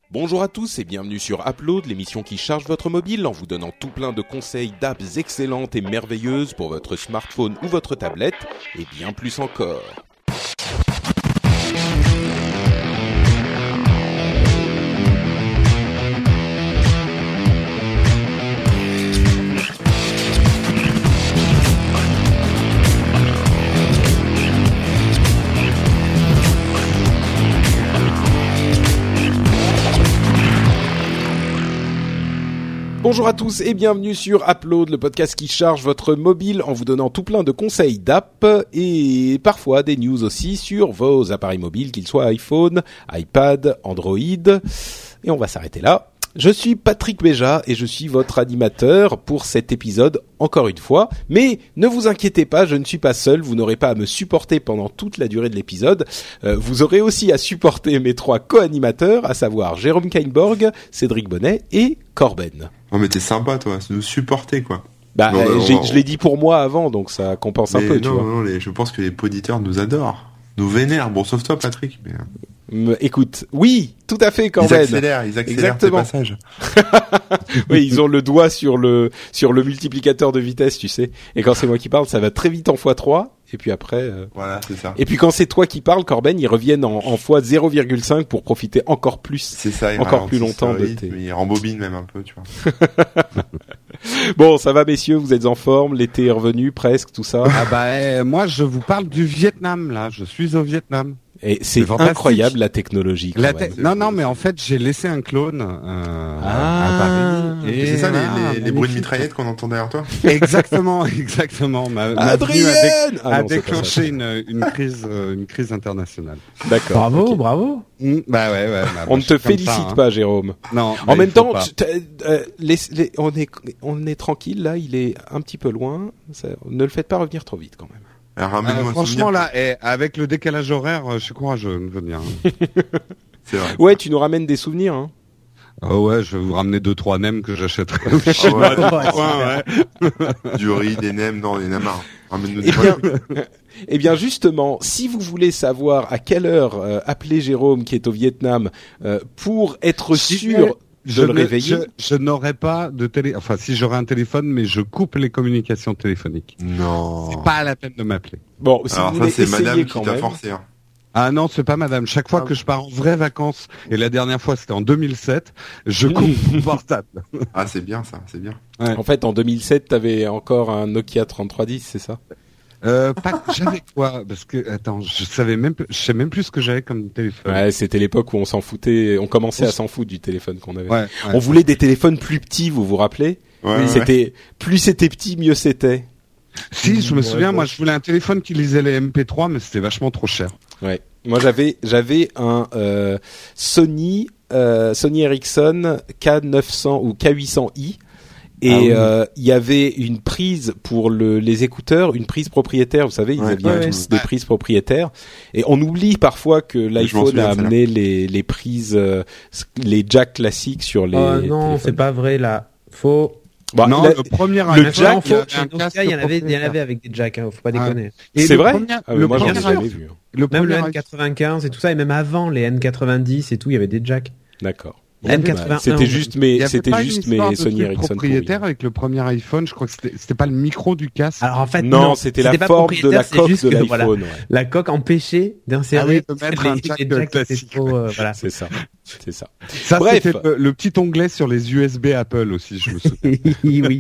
Bonjour à tous et bienvenue sur Upload, l'émission qui charge votre mobile en vous donnant tout plein de conseils d'apps excellentes et merveilleuses pour votre smartphone ou votre tablette, et bien plus encore. Bonjour à tous et bienvenue sur Upload, le podcast qui charge votre mobile en vous donnant tout plein de conseils d'app et parfois des news aussi sur vos appareils mobiles, qu'ils soient iPhone, iPad, Android. Et on va s'arrêter là. Je suis Patrick Béja et je suis votre animateur pour cet épisode encore une fois. Mais ne vous inquiétez pas, je ne suis pas seul, vous n'aurez pas à me supporter pendant toute la durée de l'épisode. Vous aurez aussi à supporter mes trois co-animateurs, à savoir Jérôme Kainborg, Cédric Bonnet et Corben. Oh mais t'es sympa toi, nous supporter quoi. Bah, je l'ai dit pour moi avant, donc ça compense un peu, tu vois. Non, je pense que les auditeurs nous adorent, nous vénèrent. Bon, sauf toi, Patrick. Mais... Écoute, oui, tout à fait, Corben. Ils accélèrent tes passages. Oui, ils ont le doigt sur le multiplicateur de vitesse, tu sais. Et quand c'est moi qui parle, ça va très vite en x3. Et puis après... Voilà, c'est ça. Et puis quand c'est toi qui parles, Corben, ils reviennent en x0,5 pour profiter encore plus. C'est ça, encore plus longtemps de tes... Ils rembobinent même un peu, tu vois. Bon, ça va messieurs, vous êtes en forme, l'été est revenu presque, tout ça. Ah bah moi je vous parle du Vietnam là, je suis au Vietnam. Et c'est incroyable la technologie. Non, mais en fait j'ai laissé un clone à Paris. Et c'est ça les bruits de mitraillettes qu'on entend derrière toi. Exactement. Adrienne a déclenché une crise international. D'accord. Bravo. Bah ouais. On ne te félicite pas, Jérôme. Non. En même temps, on est tranquille là. Il est un petit peu loin. Ne le faites pas revenir trop vite quand même. Franchement là, avec le décalage horaire, je suis courageux de venir. C'est vrai. Ouais, tu nous ramènes des souvenirs. Hein. Oh ouais, je vais vous ramener 2-3 nems que j'achèterai. Du riz, des nems, non, il y en a marre. Eh bien justement, si vous voulez savoir à quelle heure appeler Jérôme qui est au Vietnam pour être sûr de le réveiller. Je n'aurai pas de enfin si j'aurai un téléphone, mais je coupe les communications téléphoniques. Non. C'est pas la peine de m'appeler. Bon, si alors vous voulez ça c'est madame qui t'a même. Forcé. Hein. Ah non, c'est pas madame. Chaque fois que je pars en vraies vacances, et la dernière fois c'était en 2007, je coupe mon portable. Ah c'est bien ça, c'est bien. Ouais. En fait, en 2007, t'avais encore un Nokia 3310, c'est ça? J'avais quoi? Parce que attends, je sais même plus ce que j'avais comme téléphone. Ouais, c'était l'époque où on s'en foutait, on commençait à s'en foutre du téléphone qu'on avait. Ouais, on voulait des téléphones plus petits, vous vous rappelez? Ouais, plus c'était petit, mieux c'était. Si, je me souviens, moi je voulais un téléphone qui lisait les MP3, mais c'était vachement trop cher. Ouais. Moi j'avais un Sony Ericsson K900 ou K800i. Et il y avait une prise pour les écouteurs, une prise propriétaire, vous savez, ils avaient tous des prises propriétaires. Et on oublie parfois que l'iPhone a amené les prises, les jacks classiques sur les non, téléphones. c'est pas vrai là. Faux. Bah, non, le premier le jack, il y en avait avec des jacks, faut pas déconner. Et c'est vrai. Moi j'en ai jamais vu. Même le N95 et tout ça, et même avant les N90 et tout, il y avait des jacks. D'accord. N81. C'était juste mes Sony Ericsson propriétaire avec le premier iPhone, je crois que c'était pas le micro du casque. Alors en fait non, c'était la forme de la coque de l'iPhone. Voilà, la coque empêchait d'insérer de mettre un jack classique. Voilà. C'est ça. Ça, bref, c'était le petit onglet sur les USB Apple aussi, je me souviens. Oui.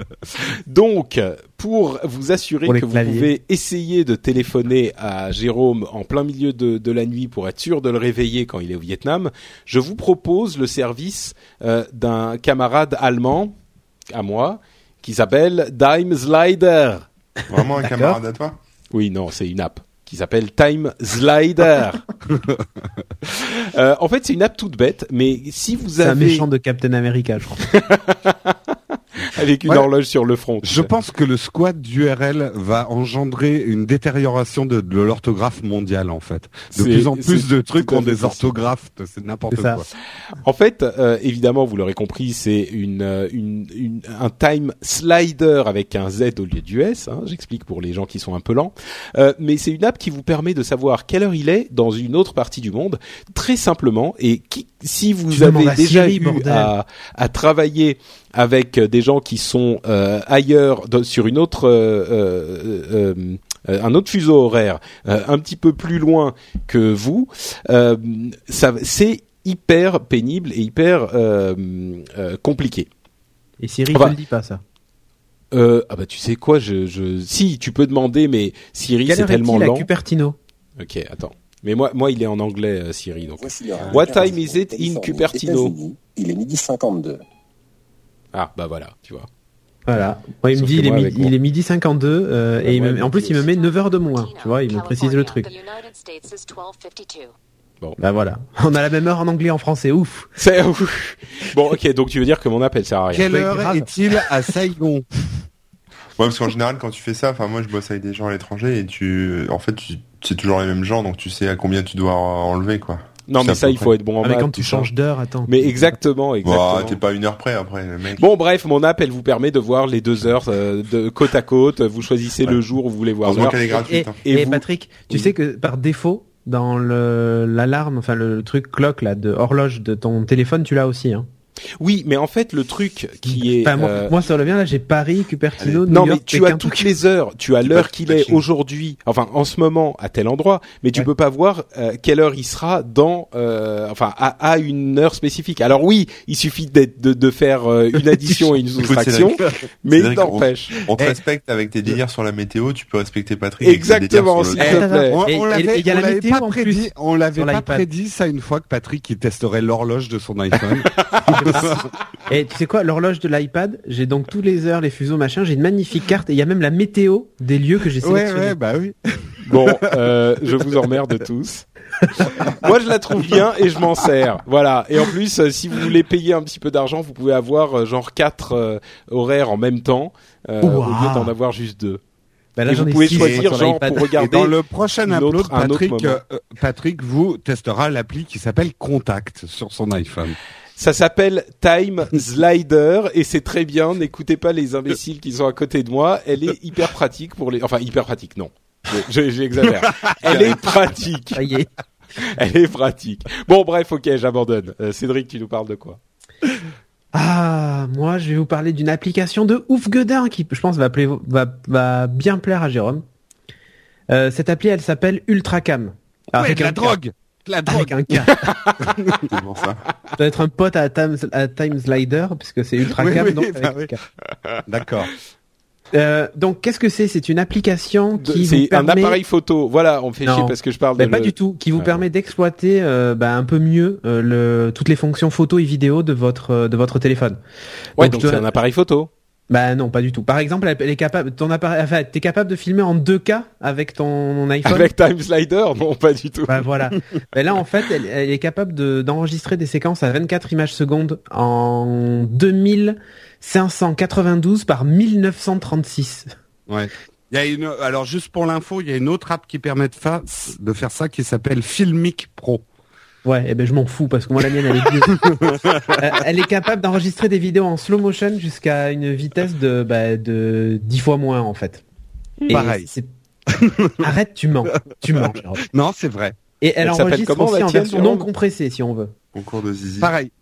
Donc, pour vous assurer que vous pouvez essayer de téléphoner à Jérôme en plein milieu de la nuit pour être sûr de le réveiller quand il est au Vietnam, je vous propose le service d'un camarade allemand à moi qui s'appelle Time Slider. Vraiment un camarade à toi? Oui, non, c'est une app qui s'appelle Time Slider. En fait, c'est une app toute bête, mais si vous avez... C'est un méchant de Captain America, je crois. Avec une horloge sur le front. Je pense que le squat d'URL va engendrer une détérioration de l'orthographe mondiale, en fait. De plus en plus de trucs ont des orthographes, c'est n'importe quoi. En fait, évidemment, vous l'aurez compris, c'est un time slider avec un Z au lieu du S. Hein, j'explique pour les gens qui sont un peu lents. Mais c'est une app qui vous permet de savoir quelle heure il est dans une autre partie du monde, très simplement, et si vous avez déjà eu à travailler avec des gens qui sont ailleurs sur une autre un autre fuseau horaire un petit peu plus loin que vous, c'est hyper pénible et hyper compliqué. Et Siri ne le dit pas ça. Bah tu sais quoi, si tu peux demander, mais Siri c'est tellement lent. À Cupertino. Ok, attends. Mais moi il est en anglais Siri donc. What time is it in Cupertino? Il est 12h52. Ah bah voilà, tu vois. Voilà. Moi, il me dit il est 12h52 et en plus il me met 9h de moins. Tu vois, il me précise le truc. Bon. Bah voilà. On a la même heure en anglais et en français. Ouf. C'est ouf. Bon, ok. Donc tu veux dire que mon appel sert à rien. Quelle heure est-il à Saigon? Ouais, parce qu'en général, quand tu fais ça, enfin, moi, je bosse avec des gens à l'étranger et c'est toujours les mêmes gens, donc tu sais à combien tu dois enlever, quoi. Non, mais ça, il faut être bon en maths. Mais quand tu changes d'heure, attends. Mais exactement. Bah, t'es pas une heure près après, le mec. Bon, bref, mon app, elle vous permet de voir les 2 heures de côte à côte. Vous choisissez le jour où vous voulez voir l'heure. Qu'elle est gratuite. Et Patrick, tu sais que par défaut, dans l'alarme, enfin le truc clock là de horloge de ton téléphone, tu l'as aussi, hein. Oui, mais en fait, le truc qui est... moi, ça revient là, j'ai Paris, Cupertino, New York, mais tu as toutes les heures. Tu as l'heure qu'il est aujourd'hui, enfin, en ce moment, à tel endroit, mais tu peux pas voir quelle heure il sera dans... à une heure spécifique. Alors oui, il suffit de faire une addition et une soustraction, mais il t'empêche. On te respecte avec tes délires sur la météo, tu peux respecter Patrick. Exactement, s'il te plaît. On l'avait pas prédit ça une fois que Patrick il testerait l'horloge de son iPhone. Et tu sais quoi, l'horloge de l'iPad, j'ai donc tous les heures, les fuseaux, machin, j'ai une magnifique carte et il y a même la météo des lieux que j'ai sélectionnés. Ouais, bah oui. Bon, je vous emmerde tous. Moi, je la trouve bien et je m'en sers. Voilà. Et en plus, si vous voulez payer un petit peu d'argent, vous pouvez avoir genre 4 horaires en même temps, au lieu d'en avoir juste 2. Bah là, et vous pouvez choisir genre pour regarder. Et dans le prochain upload, Patrick vous testera l'appli qui s'appelle Contact sur son iPhone. Ça s'appelle Time Slider et c'est très bien. N'écoutez pas les imbéciles qui sont à côté de moi. Elle est hyper pratique pour les... Enfin, hyper pratique, non. J'exagère. Elle est pratique. Elle est pratique. Bon, bref, ok, j'abandonne. Cédric, tu nous parles de quoi? Ah, moi, je vais vous parler d'une application de ouf gueudin qui, je pense, va bien plaire à Jérôme. Cette appli, elle s'appelle Ultracam. Ouais, de la drogue. Avec un K. C'est bon, ça. Ça doit être un pote à Time Slider, puisque c'est Ultracam. Oui, donc oui. D'accord. Donc, qu'est-ce que c'est? C'est une application qui c'est vous permet... un appareil photo. Voilà, on me fait chier parce que je parle de... pas du tout. Qui vous permet d'exploiter un peu mieux toutes les fonctions photo et vidéo de votre téléphone. Ouais, donc c'est un appareil photo. Bah non, pas du tout. Par exemple, elle est capable, t'es capable de filmer en 2K avec ton iPhone. Avec Time Slider? Non, pas du tout. Bah voilà. Mais là, en fait, elle est capable d'enregistrer des séquences à 24 images secondes en 2592 par 1936. Ouais. Alors juste pour l'info, il y a une autre app qui permet de faire ça qui s'appelle Filmic Pro. Ouais, et ben je m'en fous parce que moi la mienne elle est elle est capable d'enregistrer des vidéos en slow motion jusqu'à une vitesse de 10 fois moins en fait. Et pareil. Arrête, tu mens. Non, c'est vrai. Et elle enregistre aussi en version non compressée si on veut. Concours de zizi. Pareil.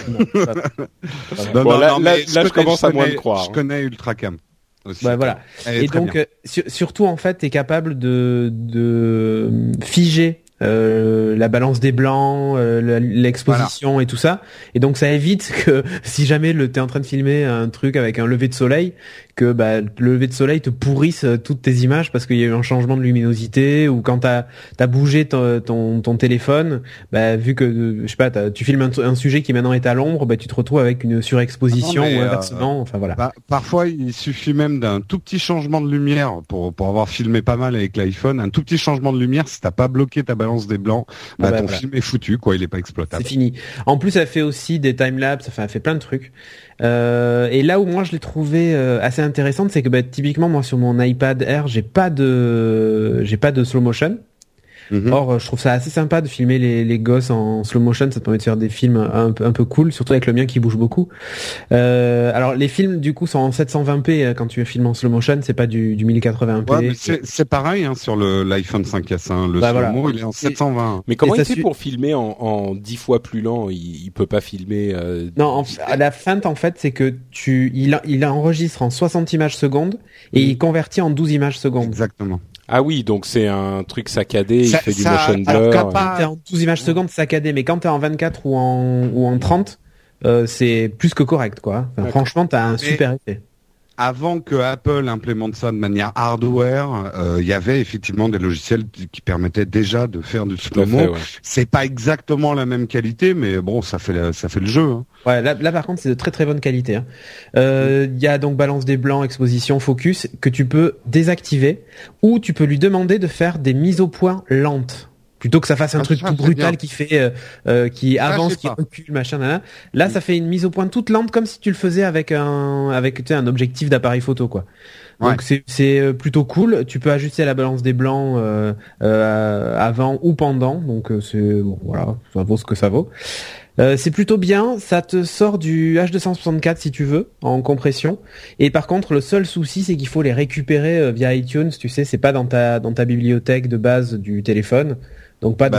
Là, je commence à moins de croire. Je connais Ultracam. Aussi. Bah, voilà. Et donc surtout en fait, t'es capable de figer la balance des blancs, l'exposition et tout ça. Et donc ça évite que si jamais t'es en train de filmer un truc avec un lever de soleil, que le lever de soleil te pourrisse toutes tes images parce qu'il y a eu un changement de luminosité ou quand t'as bougé ton téléphone, vu que je sais pas, tu filmes un sujet qui maintenant est à l'ombre, tu te retrouves avec une surexposition ou inversement. Enfin voilà. Parfois il suffit même d'un tout petit changement de lumière pour avoir filmé pas mal avec l'iPhone, un tout petit changement de lumière, si t'as pas bloqué ta balance des blancs, ton film est foutu, quoi, il est pas exploitable. C'est fini. En plus, elle fait aussi des timelapses, enfin, elle fait plein de trucs. Et là où moi je l'ai trouvé assez intéressante, c'est que typiquement moi sur mon iPad Air, j'ai pas de slow motion. Or, je trouve ça assez sympa de filmer les gosses en slow motion. Ça te permet de faire des films un peu cool, surtout avec le mien qui bouge beaucoup. Alors, les films du coup sont en 720p quand tu filmes en slow motion, c'est pas du 1080p. Ouais, mais c'est pareil hein, sur l'iPhone 5S. Hein. Le slow-mo, il est en 720. Mais comment il fait pour filmer en 10 fois plus lent? Il peut pas filmer. Non, la feinte en fait, c'est que il enregistre en 60 images secondes et il convertit en 12 images secondes. Exactement. Ah oui, donc c'est un truc saccadé, il fait du motion blur. Quand t'es en 12 images secondes, saccadé, mais quand t'es en 24 ou en 30, c'est plus que correct, quoi. Enfin, franchement, t'as un super effet. Avant que Apple implémente ça de manière hardware, il y avait effectivement des logiciels qui permettaient déjà de faire du slow-mo. Ouais. C'est pas exactement la même qualité, mais bon, ça fait le jeu. Hein. Ouais, là par contre, c'est de très très bonne qualité. Hein. Y a donc balance des blancs, exposition, focus que tu peux désactiver, ou tu peux lui demander de faire des mises au point lentes. Plutôt que ça fasse un truc tout brutal qui fait qui avance, qui recule, machin, nanana. Là, ça fait une mise au point toute lente, comme si tu le faisais avec un objectif d'appareil photo, quoi. Donc c'est plutôt cool. Tu peux ajuster la balance des blancs avant ou pendant. Donc c'est bon, voilà, ça vaut ce que ça vaut. C'est plutôt bien, ça te sort du H264 si tu veux, en compression. Et par contre, le seul souci, c'est qu'il faut les récupérer via iTunes, tu sais, c'est pas dans ta bibliothèque de base du téléphone. Donc pas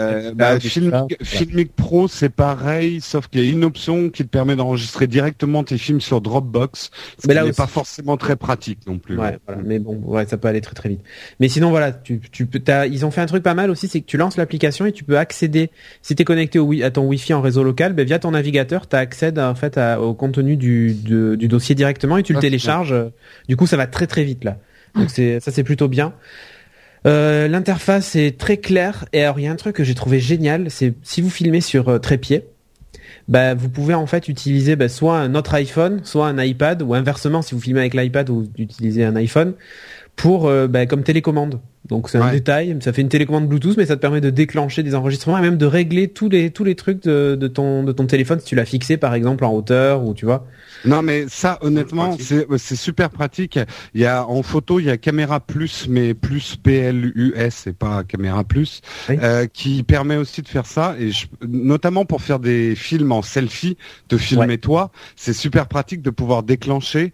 Filmic Pro, c'est pareil, sauf qu'il y a une option qui te permet d'enregistrer directement tes films sur Dropbox, ce qui n'est pas forcément très pratique non plus. Ouais, voilà, mais bon, ouais, ça peut aller très très vite. Mais sinon voilà, ils ont fait un truc pas mal aussi, c'est que tu lances l'application et tu peux accéder, si t'es connecté à ton Wi-Fi en réseau local, via ton navigateur, t'accèdes en fait au contenu du dossier directement et tu le télécharges. Du coup, ça va très très vite là. Donc c'est plutôt bien. L'interface est très claire et alors il y a un truc que j'ai trouvé génial, c'est si vous filmez sur trépied, vous pouvez en fait utiliser soit un autre iPhone, soit un iPad ou inversement si vous filmez avec l'iPad vous utilisez un iPhone pour comme télécommande. Donc c'est un détail, ça fait une télécommande Bluetooth mais ça te permet de déclencher des enregistrements et même de régler tous les trucs de ton téléphone si tu l'as fixé par exemple en hauteur ou tu vois. Non mais ça honnêtement c'est super pratique. Il y a en photo il y a caméra plus mais plus PLUS et pas caméra plus qui permet aussi de faire ça et notamment pour faire des films en selfie, te filmer toi, c'est super pratique de pouvoir déclencher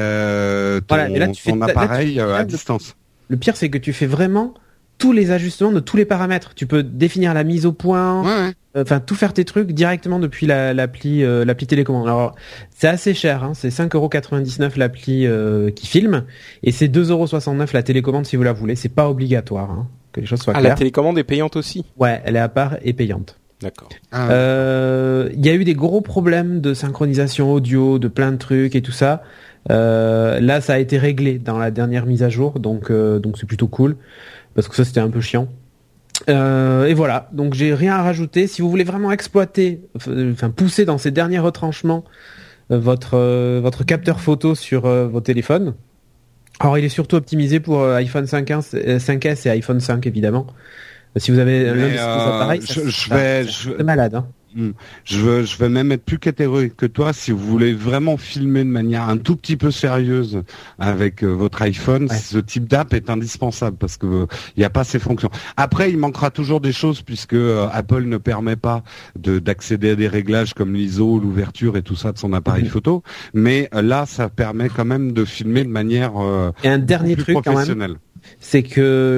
ton appareil à distance. Le pire, c'est que tu fais vraiment tous les ajustements de tous les paramètres. Tu peux définir la mise au point, tout faire tes trucs directement depuis l'appli télécommande. Alors, c'est assez cher, hein, c'est 5,99€ l'appli qui filme, et c'est 2,69€ la télécommande si vous la voulez. C'est pas obligatoire, hein, que les choses soient claires. La télécommande est payante aussi? Ouais, elle est à part et payante. D'accord. Il y a eu des gros problèmes de synchronisation audio, de plein de trucs et tout ça. Là, ça a été réglé dans la dernière mise à jour, donc c'est plutôt cool parce que ça c'était un peu chiant. Et voilà, donc j'ai rien à rajouter. Si vous voulez vraiment exploiter, pousser dans ces derniers retranchements votre capteur photo sur vos téléphones. Alors, il est surtout optimisé pour iPhone 5S et iPhone 5 évidemment. Si vous avez l'un de ces appareils, c'est malade. Hein. Je vais même être plus catégorique que toi. Si vous voulez vraiment filmer de manière un tout petit peu sérieuse avec votre iPhone, ce type d'app est indispensable parce que il n'y a pas ces fonctions. Après, il manquera toujours des choses puisque Apple ne permet pas d'accéder à des réglages comme l'ISO, l'ouverture et tout ça de son appareil photo. Mais là, ça permet quand même de filmer de manière et un dernier plus truc professionnelle. Quand même. C'est que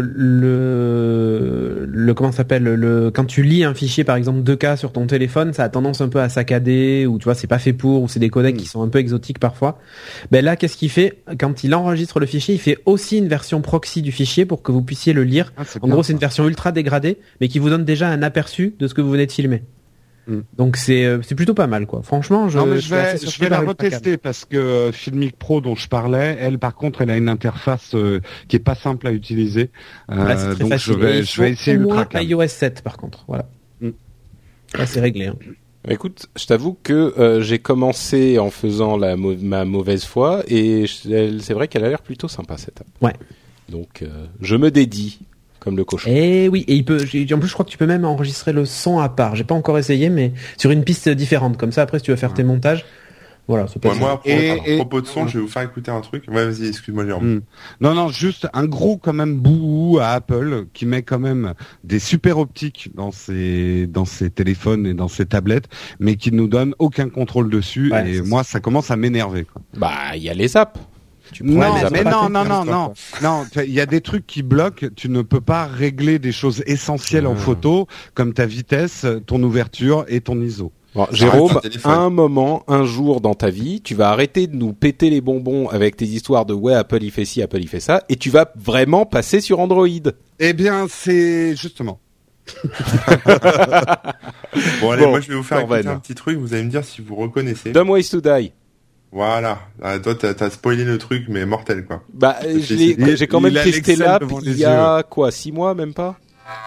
quand tu lis un fichier par exemple 2K sur ton téléphone, ça a tendance un peu à saccader ou tu vois c'est pas fait pour ou c'est des codecs qui sont un peu exotiques parfois. Là qu'est-ce qu'il fait quand il enregistre le fichier, il fait aussi une version proxy du fichier pour que vous puissiez le lire. En gros, c'est une version ultra dégradée mais qui vous donne déjà un aperçu de ce que vous venez de filmer. Donc c'est plutôt pas mal quoi. Franchement, je vais la retester parce que Filmic Pro dont je parlais, elle par contre, elle a une interface qui est pas simple à utiliser. Donc facile. je vais essayer Ultracam. iOS 7 par contre, voilà. Là c'est réglé. Hein. Écoute, je t'avoue que j'ai commencé en faisant ma mauvaise foi et c'est vrai qu'elle a l'air plutôt sympa cette app. Ouais. Donc je me dédie. Comme le cochon. Et oui, et en plus je crois que tu peux même enregistrer le son à part. J'ai pas encore essayé, mais sur une piste différente. Comme ça, après, si tu veux faire tes montages, Voilà, c'est pas moi, à propos de son, je vais vous faire écouter un truc. Ouais, vas-y, excuse-moi, Jérôme. Non, juste un gros quand même bouhou à Apple qui met quand même des super optiques dans ses téléphones et dans ses tablettes, mais qui nous donne aucun contrôle dessus. Ouais, et moi, ça commence à m'énerver, quoi. Bah, il y a les apps. Non, il y a des trucs qui bloquent. Tu ne peux pas régler des choses essentielles en photo, comme ta vitesse, ton ouverture et ton ISO. Bon, Jérôme, un jour dans ta vie, tu vas arrêter de nous péter les bonbons avec tes histoires de ouais, Apple il fait ci, Apple il fait ça, et tu vas vraiment passer sur Android. Eh bien, c'est justement. Bon, allez, moi je vais vous faire écouter un petit truc, vous allez me dire si vous reconnaissez. Dumb Ways to Die. Voilà. Ah, toi, t'as spoilé le truc, mais mortel, quoi. Bah, j'ai quand même testé l'app il y a, 6 mois, même pas?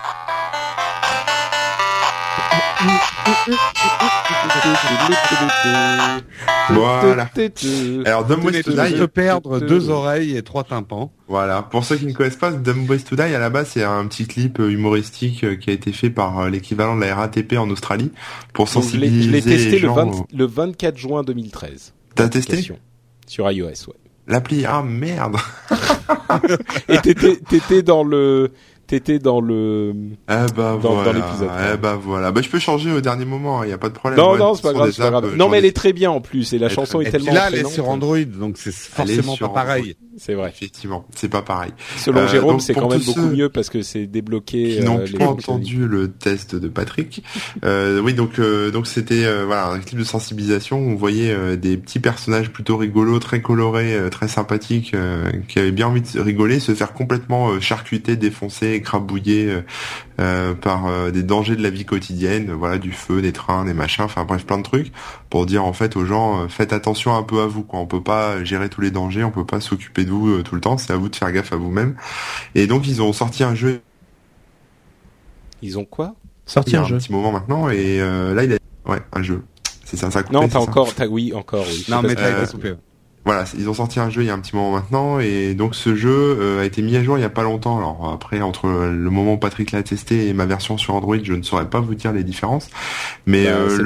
Voilà. Alors, Dumb Ways to Die. De perdre 2 oreilles et 3 tympans. Voilà. Pour ceux qui ne connaissent pas, Dumb Ways to Die, à la base, c'est un petit clip humoristique qui a été fait par l'équivalent de la RATP en Australie pour sensibiliser je l'ai testé les gens le 24 juin 2013. T'as testé? Sur iOS, ouais. L'appli, ah merde. Et t'étais dans le dans l'épisode. Voilà. Bah je peux changer au dernier moment, il y a pas de problème. Non, c'est pas grave. Non, mais elle est très bien en plus et la chanson est tellement là, elle est sur Android, donc c'est forcément pas pareil. C'est vrai. Effectivement, c'est pas pareil. Selon Jérôme, c'est quand même beaucoup mieux parce que c'est débloqué. Qui n'ont pas entendu le test de Patrick. Oui, donc c'était voilà un clip de sensibilisation où on voyait des petits personnages plutôt rigolos, très colorés, très sympathiques, qui avaient bien envie de rigoler, se faire complètement charcuter, défoncer, écrabouiller par des dangers de la vie quotidienne, voilà, du feu, des trains, des machins, enfin bref, plein de trucs pour dire en fait aux gens faites attention un peu à vous, quoi. On peut pas gérer tous les dangers, on peut pas s'occuper de vous tout le temps, c'est à vous de faire gaffe à vous-même. Et donc ils ont sorti un jeu. Ils ont quoi? Sorti un jeu. Un petit moment maintenant et là il a un jeu. C'est ça, ça a coupé. Non, oui, encore oui. Non, mais t'as coupé. Voilà, ils ont sorti un jeu il y a un petit moment maintenant et donc ce jeu a été mis à jour il y a pas longtemps. Alors après entre le moment où Patrick l'a testé et ma version sur Android, je ne saurais pas vous dire les différences, mais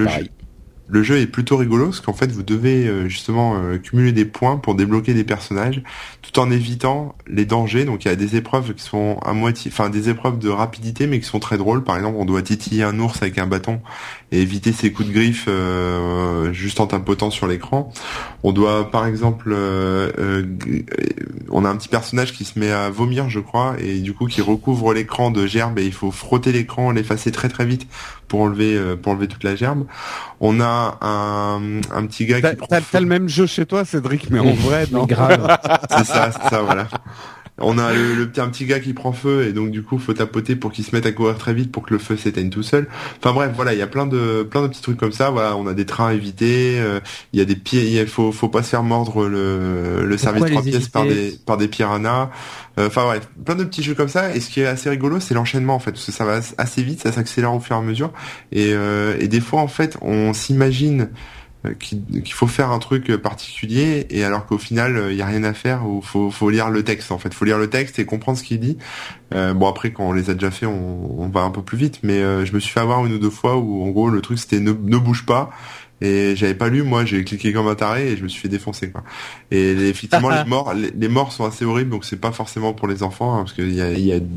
le jeu est plutôt rigolo parce qu'en fait vous devez justement cumuler des points pour débloquer des personnages tout en évitant les dangers. Donc il y a des épreuves qui sont à moitié, enfin des épreuves de rapidité mais qui sont très drôles. Par exemple, on doit titiller un ours avec un bâton et éviter ses coups de griffe juste en tapotant sur l'écran. On doit par exemple on a un petit personnage qui se met à vomir, je crois, et du coup qui recouvre l'écran de gerbes et il faut frotter l'écran, l'effacer très très vite pour enlever toute la gerbe. On a un petit gars qui t'as le même jeu chez toi, Cédric, mais en vrai, non. Grave. C'est ça, voilà. On a un petit gars qui prend feu et donc du coup faut tapoter pour qu'il se mette à courir très vite pour que le feu s'éteigne tout seul. Enfin bref, voilà, il y a plein de petits trucs comme ça. Voilà, on a des trains à éviter. Il y a des pieds. Faut pas se faire mordre le service 3 pièces par des piranhas. Enfin bref, plein de petits jeux comme ça. Et ce qui est assez rigolo, c'est l'enchaînement en fait, parce que ça va assez vite, ça s'accélère au fur et à mesure. Et des fois en fait, on s'imagine qu'il faut faire un truc particulier et alors qu'au final il y a rien à faire ou faut lire le texte en fait, faut lire le texte et comprendre ce qu'il dit. Bon après quand on les a déjà fait on va un peu plus vite, mais je me suis fait avoir 1 ou 2 fois où en gros le truc c'était ne bouge pas et j'avais pas lu, moi j'ai cliqué comme un taré et je me suis fait défoncer quoi. Et effectivement les morts sont assez horribles, donc c'est pas forcément pour les enfants parce qu'il y a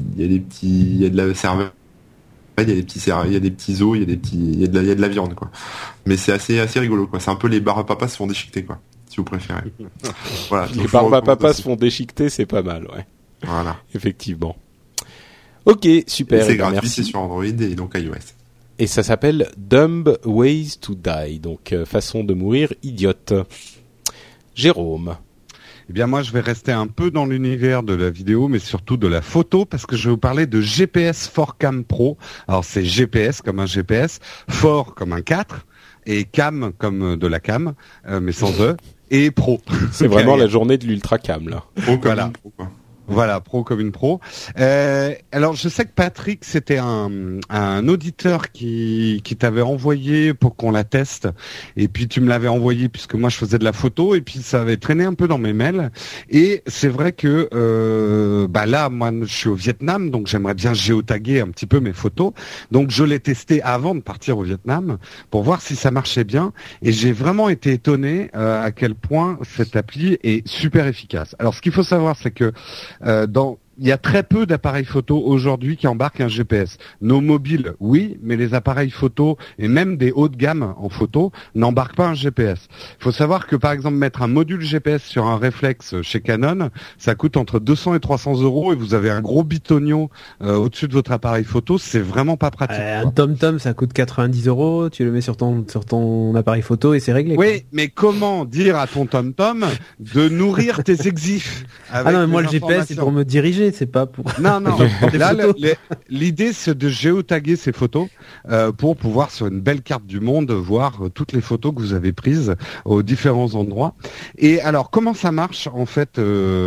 de la cervelle. Il y a des petits os, il y a de la viande quoi. Mais c'est assez rigolo quoi. C'est un peu les barbapapas se font déchiqueter quoi, si vous préférez. Voilà. Les barbapapas se font déchiqueter, c'est pas mal, ouais. Voilà. Effectivement. Ok, super. Et c'est gratuit, merci. C'est sur Android et donc iOS. Et ça s'appelle Dumb Ways to Die, donc façon de mourir idiote. Jérôme. Eh bien, moi, je vais rester un peu dans l'univers de la vidéo, mais surtout de la photo, parce que je vais vous parler de GPS 4Cam Pro. Alors, c'est GPS comme un GPS, 4 comme un 4, et cam comme de la cam, mais sans E, et Pro. C'est vraiment la journée de l'ultra cam, là. Pro comme voilà. Pro, quoi. Voilà, pro comme une pro. Alors, je sais que Patrick, c'était un auditeur qui t'avait envoyé pour qu'on la teste. Et puis, tu me l'avais envoyé puisque moi, je faisais de la photo. Et puis, ça avait traîné un peu dans mes mails. Et c'est vrai que là, moi, je suis au Vietnam, donc j'aimerais bien géotaguer un petit peu mes photos. Donc, je l'ai testé avant de partir au Vietnam pour voir si ça marchait bien. Et j'ai vraiment été étonné à quel point cette appli est super efficace. Alors, ce qu'il faut savoir, c'est que il y a très peu d'appareils photo aujourd'hui qui embarquent un GPS. Nos mobiles, oui, mais les appareils photo et même des hauts de gamme en photo n'embarquent pas un GPS. Il faut savoir que par exemple mettre un module GPS sur un réflexe chez Canon, ça coûte entre 200 et 300 € et vous avez un gros bitonio au-dessus de votre appareil photo, c'est vraiment pas pratique. Un TomTom, ça coûte 90 €, tu le mets sur ton appareil photo et c'est réglé. Oui, quoi. Mais comment dire à ton TomTom de nourrir tes exifs avec non, mais moi le GPS c'est pour me diriger. C'est pas pour. Non. Là, l'idée c'est de géotaguer ces photos pour pouvoir sur une belle carte du monde voir toutes les photos que vous avez prises aux différents endroits. Et alors, comment ça marche en fait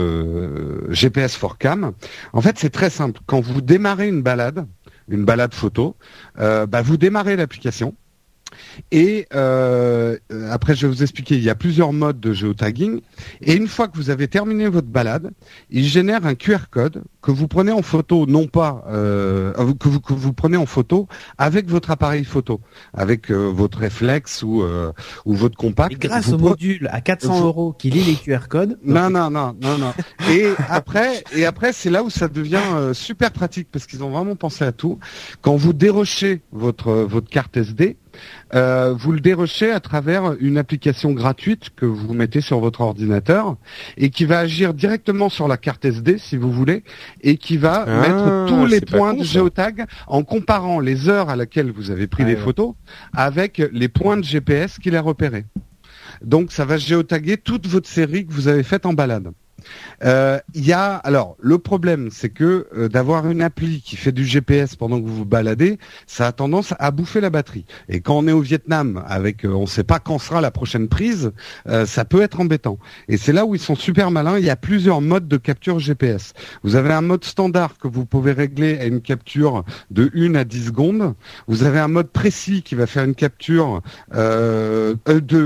GPS for Cam? En fait, c'est très simple. Quand vous démarrez une balade photo, vous démarrez l'application. Et après, je vais vous expliquer. Il y a plusieurs modes de géotagging. Et une fois que vous avez terminé votre balade, il génère un QR code que vous prenez en photo, non pas que vous prenez en photo avec votre appareil photo, avec votre réflexe ou votre compact. Et grâce au module à 400 € qui lit les QR codes. Non. Et après, c'est là où ça devient super pratique parce qu'ils ont vraiment pensé à tout. Quand vous dérochez votre carte SD. Vous le dérochez à travers une application gratuite que vous mettez sur votre ordinateur et qui va agir directement sur la carte SD si vous voulez et qui va mettre tous les points de géotag en comparant les heures à laquelle vous avez pris les photos avec les points de GPS qu'il a repérés. Donc ça va géotaguer toute votre série que vous avez faite en balade. Alors le problème c'est que d'avoir une appli qui fait du GPS pendant que vous vous baladez, ça a tendance à bouffer la batterie. Et quand on est au Vietnam avec on sait pas quand sera la prochaine prise, ça peut être embêtant. Et c'est là où ils sont super malins, il y a plusieurs modes de capture GPS. Vous avez un mode standard que vous pouvez régler à une capture de 1 à 10 secondes. Vous avez un mode précis qui va faire une capture de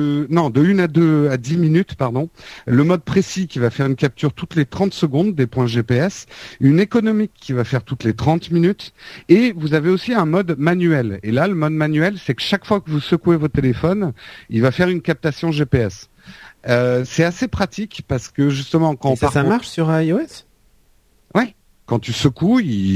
1 à 10 minutes, pardon. Le mode précis qui va faire une capture toutes les 30 secondes des points GPS, une économique qui va faire toutes les 30 minutes, et vous avez aussi un mode manuel. Et là, le mode manuel, c'est que chaque fois que vous secouez votre téléphone, il va faire une captation GPS. C'est assez pratique parce que justement, quand ça marche sur iOS ? Ouais. Quand tu secoues,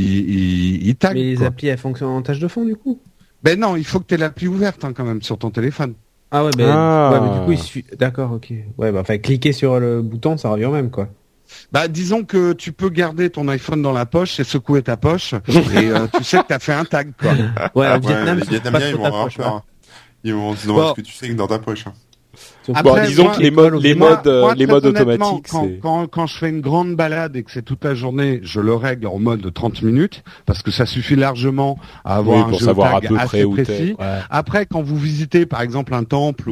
il tag. Mais les applis, elles fonctionnent en tâche de fond, du coup ? Ben non, il faut que tu aies l'appli ouverte quand même sur ton téléphone. Ah ouais, mais du coup, il suffit. D'accord, ok. Ouais, cliquer sur le bouton, ça revient au même, quoi. Disons que tu peux garder ton iPhone dans la poche et secouer ta poche, et tu sais que t'as fait un tag, quoi. Ouais, au Vietnam, les Vietnamiens, ils vont avoir peur. Ils vont se demander ce que tu sais que dans ta poche. Après, disons que les modes automatiques, quand je fais une grande balade et que c'est toute la journée, je le règle en mode de 30 minutes parce que ça suffit largement à avoir un géotag assez précis. Ouais. Après, quand vous visitez par exemple un temple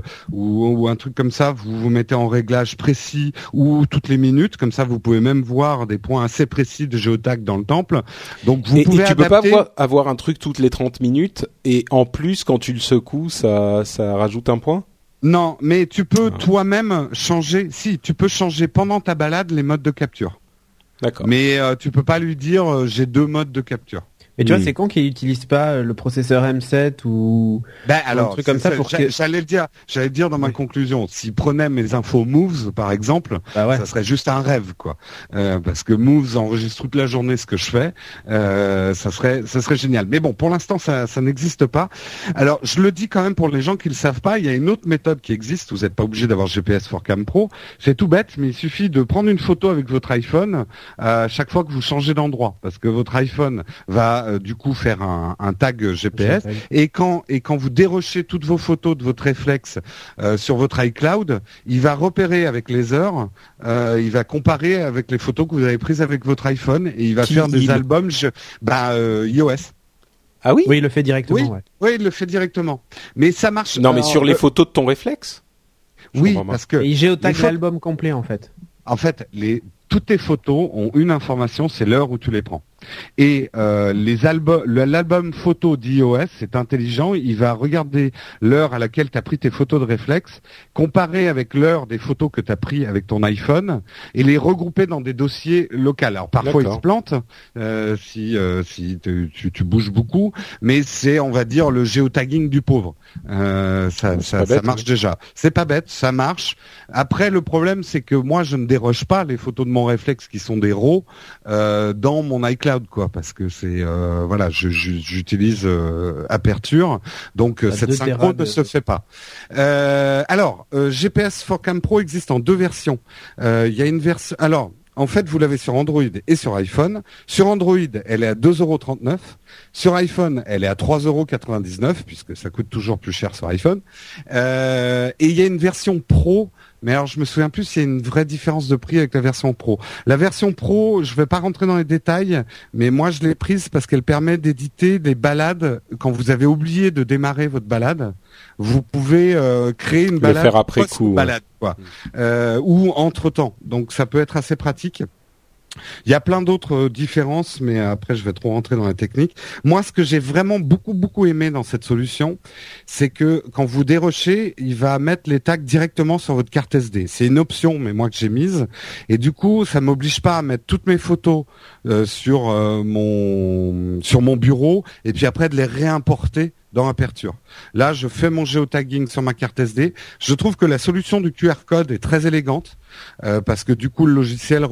ou un truc comme ça, vous vous mettez en réglage précis ou toutes les minutes, comme ça vous pouvez même voir des points assez précis de géotag dans le temple. Donc vous pouvez tu peux pas avoir un truc toutes les 30 minutes et en plus quand tu le secoues, ça rajoute un point? Non, mais tu peux toi-même changer. Si, tu peux changer pendant ta balade les modes de capture. D'accord. Mais tu peux pas lui dire j'ai 2 modes de capture. Mais tu vois, c'est con qu'ils n'utilisent pas le processeur M7 ou alors, un truc comme ça pour que... J'allais le dire dans ma conclusion. S'ils prenaient mes infos Moves, par exemple, ça serait juste un rêve, quoi. Parce que Moves enregistre toute la journée ce que je fais. Ça serait génial. Mais bon, pour l'instant, ça n'existe pas. Alors, je le dis quand même pour les gens qui le savent pas, il y a une autre méthode qui existe. Vous n'êtes pas obligé d'avoir GPS for Cam Pro. C'est tout bête, mais il suffit de prendre une photo avec votre iPhone chaque fois que vous changez d'endroit. Parce que votre iPhone va du coup faire un tag GPS et quand vous dérochez toutes vos photos de votre réflexe sur votre iCloud, il va repérer avec les heures, il va comparer avec les photos que vous avez prises avec votre iPhone et il va faire des albums iOS. Ah oui ? Oui, il le fait directement. Oui, il le fait directement. Mais ça marche. Non, mais sur les photos de ton réflexe ? Oui, parce que il géotague l'album complet en fait. En fait, toutes tes photos ont une information, c'est l'heure où tu les prends. Et l'album photo d'iOS, c'est intelligent, il va regarder l'heure à laquelle tu as pris tes pphotos de réflexe, comparer avec l'heure des photos que tu as pris avec ton iPhone et les regrouper dans des dossiers locaux. Alors parfois il se plante si tu bouges beaucoup, mais c'est, on va dire, le géotagging du pauvre. Ça marche déjà. C'est pas bête, ça marche. Après, le problème, c'est que moi je ne déroge pas les photos de mon réflexe qui sont des RAW dans mon iCloud, quoi, parce que c'est voilà, j'utilise Aperture, donc cette synchro ne se fait pas. Alors, GPS 4Cam Pro existe en deux versions. Il y a une version. Alors, en fait, vous l'avez sur Android et sur iPhone. Sur Android, elle est à 2,39 €. Sur iPhone, elle est à 3,99 €, puisque ça coûte toujours plus cher sur iPhone. Et il y a une version Pro. Mais alors, je me souviens plus s'il y a une vraie différence de prix avec la version Pro. La version Pro, je vais pas rentrer dans les détails, mais moi, je l'ai prise parce qu'elle permet d'éditer des balades. Quand vous avez oublié de démarrer votre balade, vous pouvez créer une balade, faire après coup, balade, quoi, ou entre-temps. Donc, ça peut être assez pratique. Il y a plein d'autres différences, mais après je vais trop rentrer dans la technique. Moi, ce que j'ai vraiment beaucoup aimé dans cette solution, c'est que quand vous dérochez, il va mettre les tags directement sur votre carte SD. C'est une option, mais moi que j'ai mise, et du coup, ça m'oblige pas à mettre toutes mes photos sur mon bureau, et puis après de les réimporter dans Aperture. Là, je fais mon géotagging sur ma carte SD. Je trouve que la solution du QR code est très élégante parce que du coup, le logiciel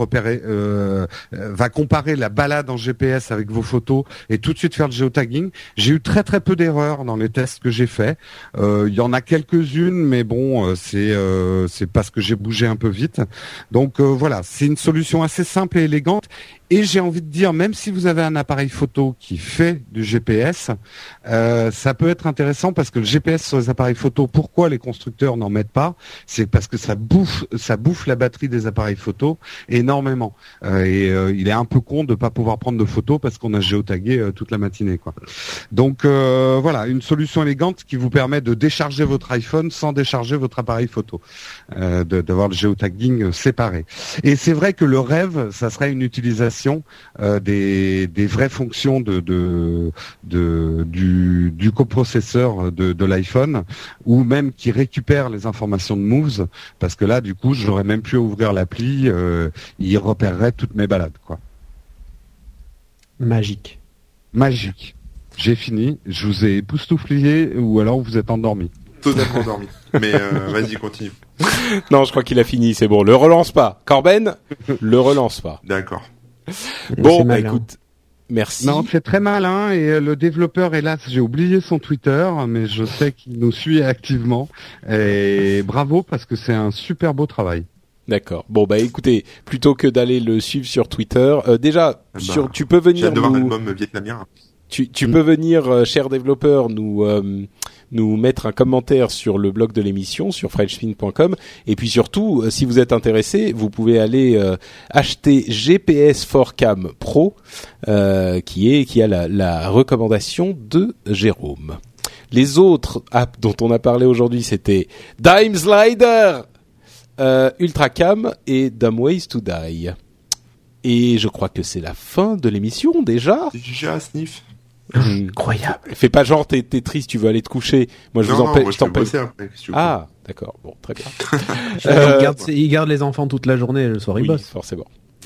va comparer la balade en GPS avec vos photos et tout de suite faire le géotagging. J'ai eu très peu d'erreurs dans les tests que j'ai faits. Il y en a quelques-unes, mais bon, c'est parce que j'ai bougé un peu vite. Donc voilà, c'est une solution assez simple et élégante. Et j'ai envie de dire, même si vous avez un appareil photo qui fait du GPS, ça peut être intéressant parce que le GPS sur les appareils photo, pourquoi les constructeurs n'en mettent pas? C'est parce que ça bouffe la batterie des appareils photo énormément. Il est un peu con de pas pouvoir prendre de photos parce qu'on a géotagué toute la matinée, quoi. Donc voilà, une solution élégante qui vous permet de décharger votre iPhone sans décharger votre appareil photo, d'avoir le géotagging séparé. Et c'est vrai que le rêve, ça serait une utilisation des vraies fonctions du coprocesseur de l'iPhone, ou même qui récupère les informations de Moves, parce que là, du coup, j'aurais même pu ouvrir l'appli, il repérerait toutes mes balades, quoi. Magique. J'ai fini. Je vous ai époustouflé, ou alors vous êtes endormi. Totalement endormi. Mais vas-y, continue. Non, je crois qu'il a fini. C'est bon. Le relance pas. Corben, le relance pas. D'accord. Bon, bah écoute, merci. Non, c'est très malin, et le développeur, hélas, j'ai oublié son Twitter, mais je sais qu'il nous suit activement. Et bravo, parce que c'est un super beau travail. D'accord. Bon, bah écoutez, plutôt que d'aller le suivre sur Twitter, déjà, tu peux venir. J'ai hâte de voir l'album vietnamien. Tu peux venir, cher développeur, nous mettre un commentaire sur le blog de l'émission, sur frenchspin.com. Et puis surtout, si vous êtes intéressé, vous pouvez aller acheter GPS 4Cam Pro, qui a la recommandation de Jérôme. Les autres apps dont on a parlé aujourd'hui, c'était Dime Slider, Ultracam et Dumb Ways to Die. Et je crois que c'est la fin de l'émission déjà. Déjà, Sniff. Incroyable. Fais pas genre t'es triste, tu veux aller te coucher. Moi je vous empêche. Je t'empêche. Ah, d'accord. Bon, très bien. Il garde les enfants toute la journée, le soir il bosse. Forcément.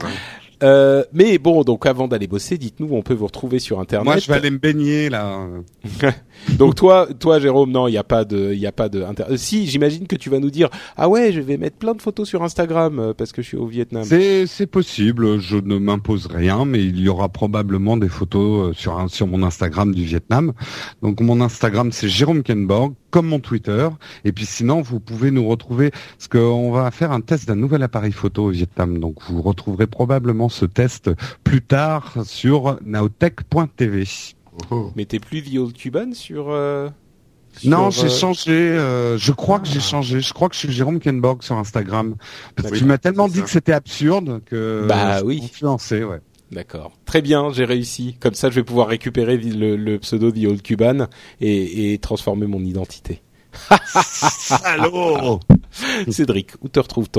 Mais bon, donc avant d'aller bosser, dites-nous où on peut vous retrouver sur Internet. Moi, je vais aller me baigner là. Donc toi, Jérôme, non, il y a pas de si, j'imagine que tu vas nous dire, ah ouais, je vais mettre plein de photos sur Instagram parce que je suis au Vietnam. C'est possible. Je ne m'impose rien, mais il y aura probablement des photos sur mon Instagram du Vietnam. Donc mon Instagram, c'est Jérôme Kenborg, comme mon Twitter. Et puis sinon, vous pouvez nous retrouver, parce qu'on va faire un test d'un nouvel appareil photo au Vietnam. Donc vous retrouverez probablement ce test plus tard sur nowtech.tv. Oh. Mais t'es plus The Old Cuban sur non, j'ai changé. Je crois que j'ai changé. Je crois que je suis Jérôme Kenborg sur Instagram. Parce que tu m'as tellement dit que c'était absurde que je suis influencé, ouais. D'accord. Très bien, j'ai réussi. Comme ça, je vais pouvoir récupérer le pseudo The Old Cuban et transformer mon identité. Salaud. Cédric, où te retrouve-t-on ?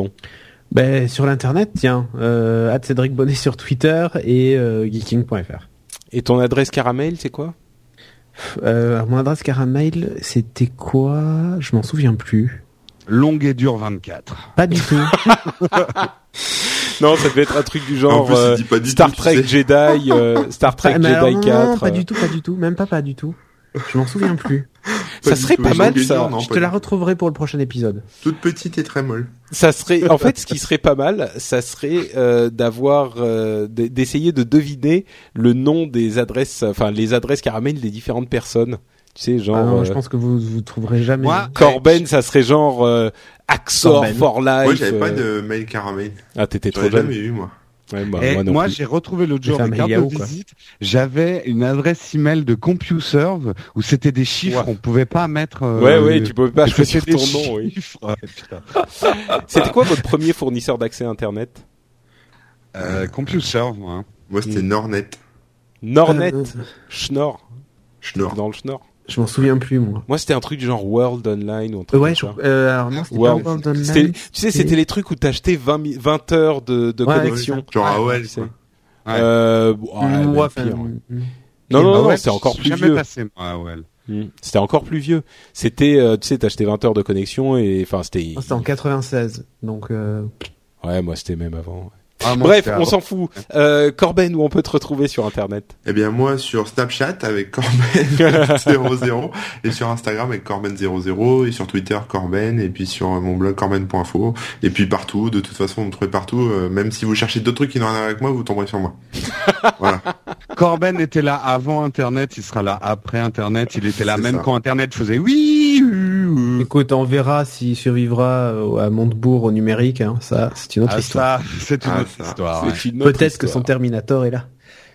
Ben sur l'internet, tiens, @Cédric Bonnet sur Twitter et geeking.fr. Et ton adresse caramel, c'est quoi? Mon adresse caramel, c'était quoi? Je m'en souviens plus. Longue et dure 24. Pas du tout. Non, ça devait être un truc du genre En plus, Star Trek Jedi, Star Trek Jedi alors, 4. Non, pas du tout, même pas du tout. Je m'en souviens plus. Ça serait pas mal ça. Je te la retrouverai pour le prochain épisode. Toute petite et très molle. Ça serait, en fait, ce qui serait pas mal, ça serait d'essayer de deviner le nom des adresses, enfin les adresses caramel des différentes personnes. Tu sais, genre. Non, je pense que vous trouverez jamais. Moi, Corben, ça serait genre Axor Corben. for Life. Moi, j'avais pas de mail caramel. Ah, t'étais J'en trop ai jeune. jamais eu, moi. Ouais, bah, Et non moi, plus. j'ai retrouvé l'autre jour J'ai fait des un cartes Yahoo, de quoi. visite. J'avais une adresse email de CompuServe où c'était des chiffres. Ouais. On pouvait pas mettre. Ouais, tu pouvais pas choisir c'était ton des nom, oui. chiffres. Ouais, putain. C'était quoi votre premier fournisseur d'accès Internet? CompuServe, moi. Moi, c'était Nornet. Nornet, Schnorr, Schnorr. dans le Schnorr. Je m'en souviens plus, moi. Moi, c'était un truc du genre World Online ou un truc Ouais, comme ça. alors non, c'était World. pas World Online. Tu sais, c'était les trucs où t'achetais 20 heures de Ouais, connexion. Genre Ouais, AOL, tu sais. quoi. Ouais. Ouais, Ouais, pire, ouais. mm. Non, ouais, c'est encore plus jamais vieux. passé, moi, ouais. C'était encore plus vieux. C'était, tu sais, t'achetais 20 heures de connexion et, enfin, c'était. C'était en 96, donc. Ouais, moi, c'était même avant. Ah, moi, Bref, c'était on avant. s'en fout. Corben, où on peut te retrouver sur Internet? Eh bien, moi, sur Snapchat, avec Corben00, et sur Instagram, avec Corben00, et sur Twitter, Corben, et puis sur mon blog, corben.info, et puis partout, de toute façon, vous me trouvez partout, même si vous cherchez d'autres trucs qui n'ont rien à voir avec moi, vous tomberez sur moi. Voilà. Corben était là avant Internet, il sera là après Internet, il était là C'est même ça. quand Internet faisait oui. Écoute, on verra s'il survivra à Montebourg au numérique. Hein. Ça, c'est une autre Ah, histoire. ça, c'est une Ah, autre ça. histoire. ouais. C'est une autre Peut-être que son histoire. Terminator est là.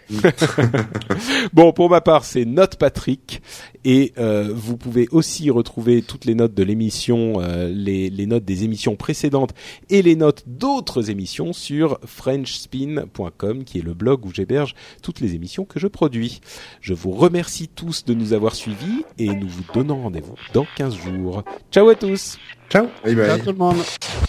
Bon, pour ma part, c'est Note Patrick et vous pouvez aussi retrouver toutes les notes de l'émission, les notes des émissions précédentes et les notes d'autres émissions sur frenchspin.com qui est le blog où j'héberge toutes les émissions que je produis. Je vous remercie tous de nous avoir suivis et nous vous donnons rendez-vous dans 15 jours. Ciao à tous. Ciao. Bye bye. Ciao tout le monde.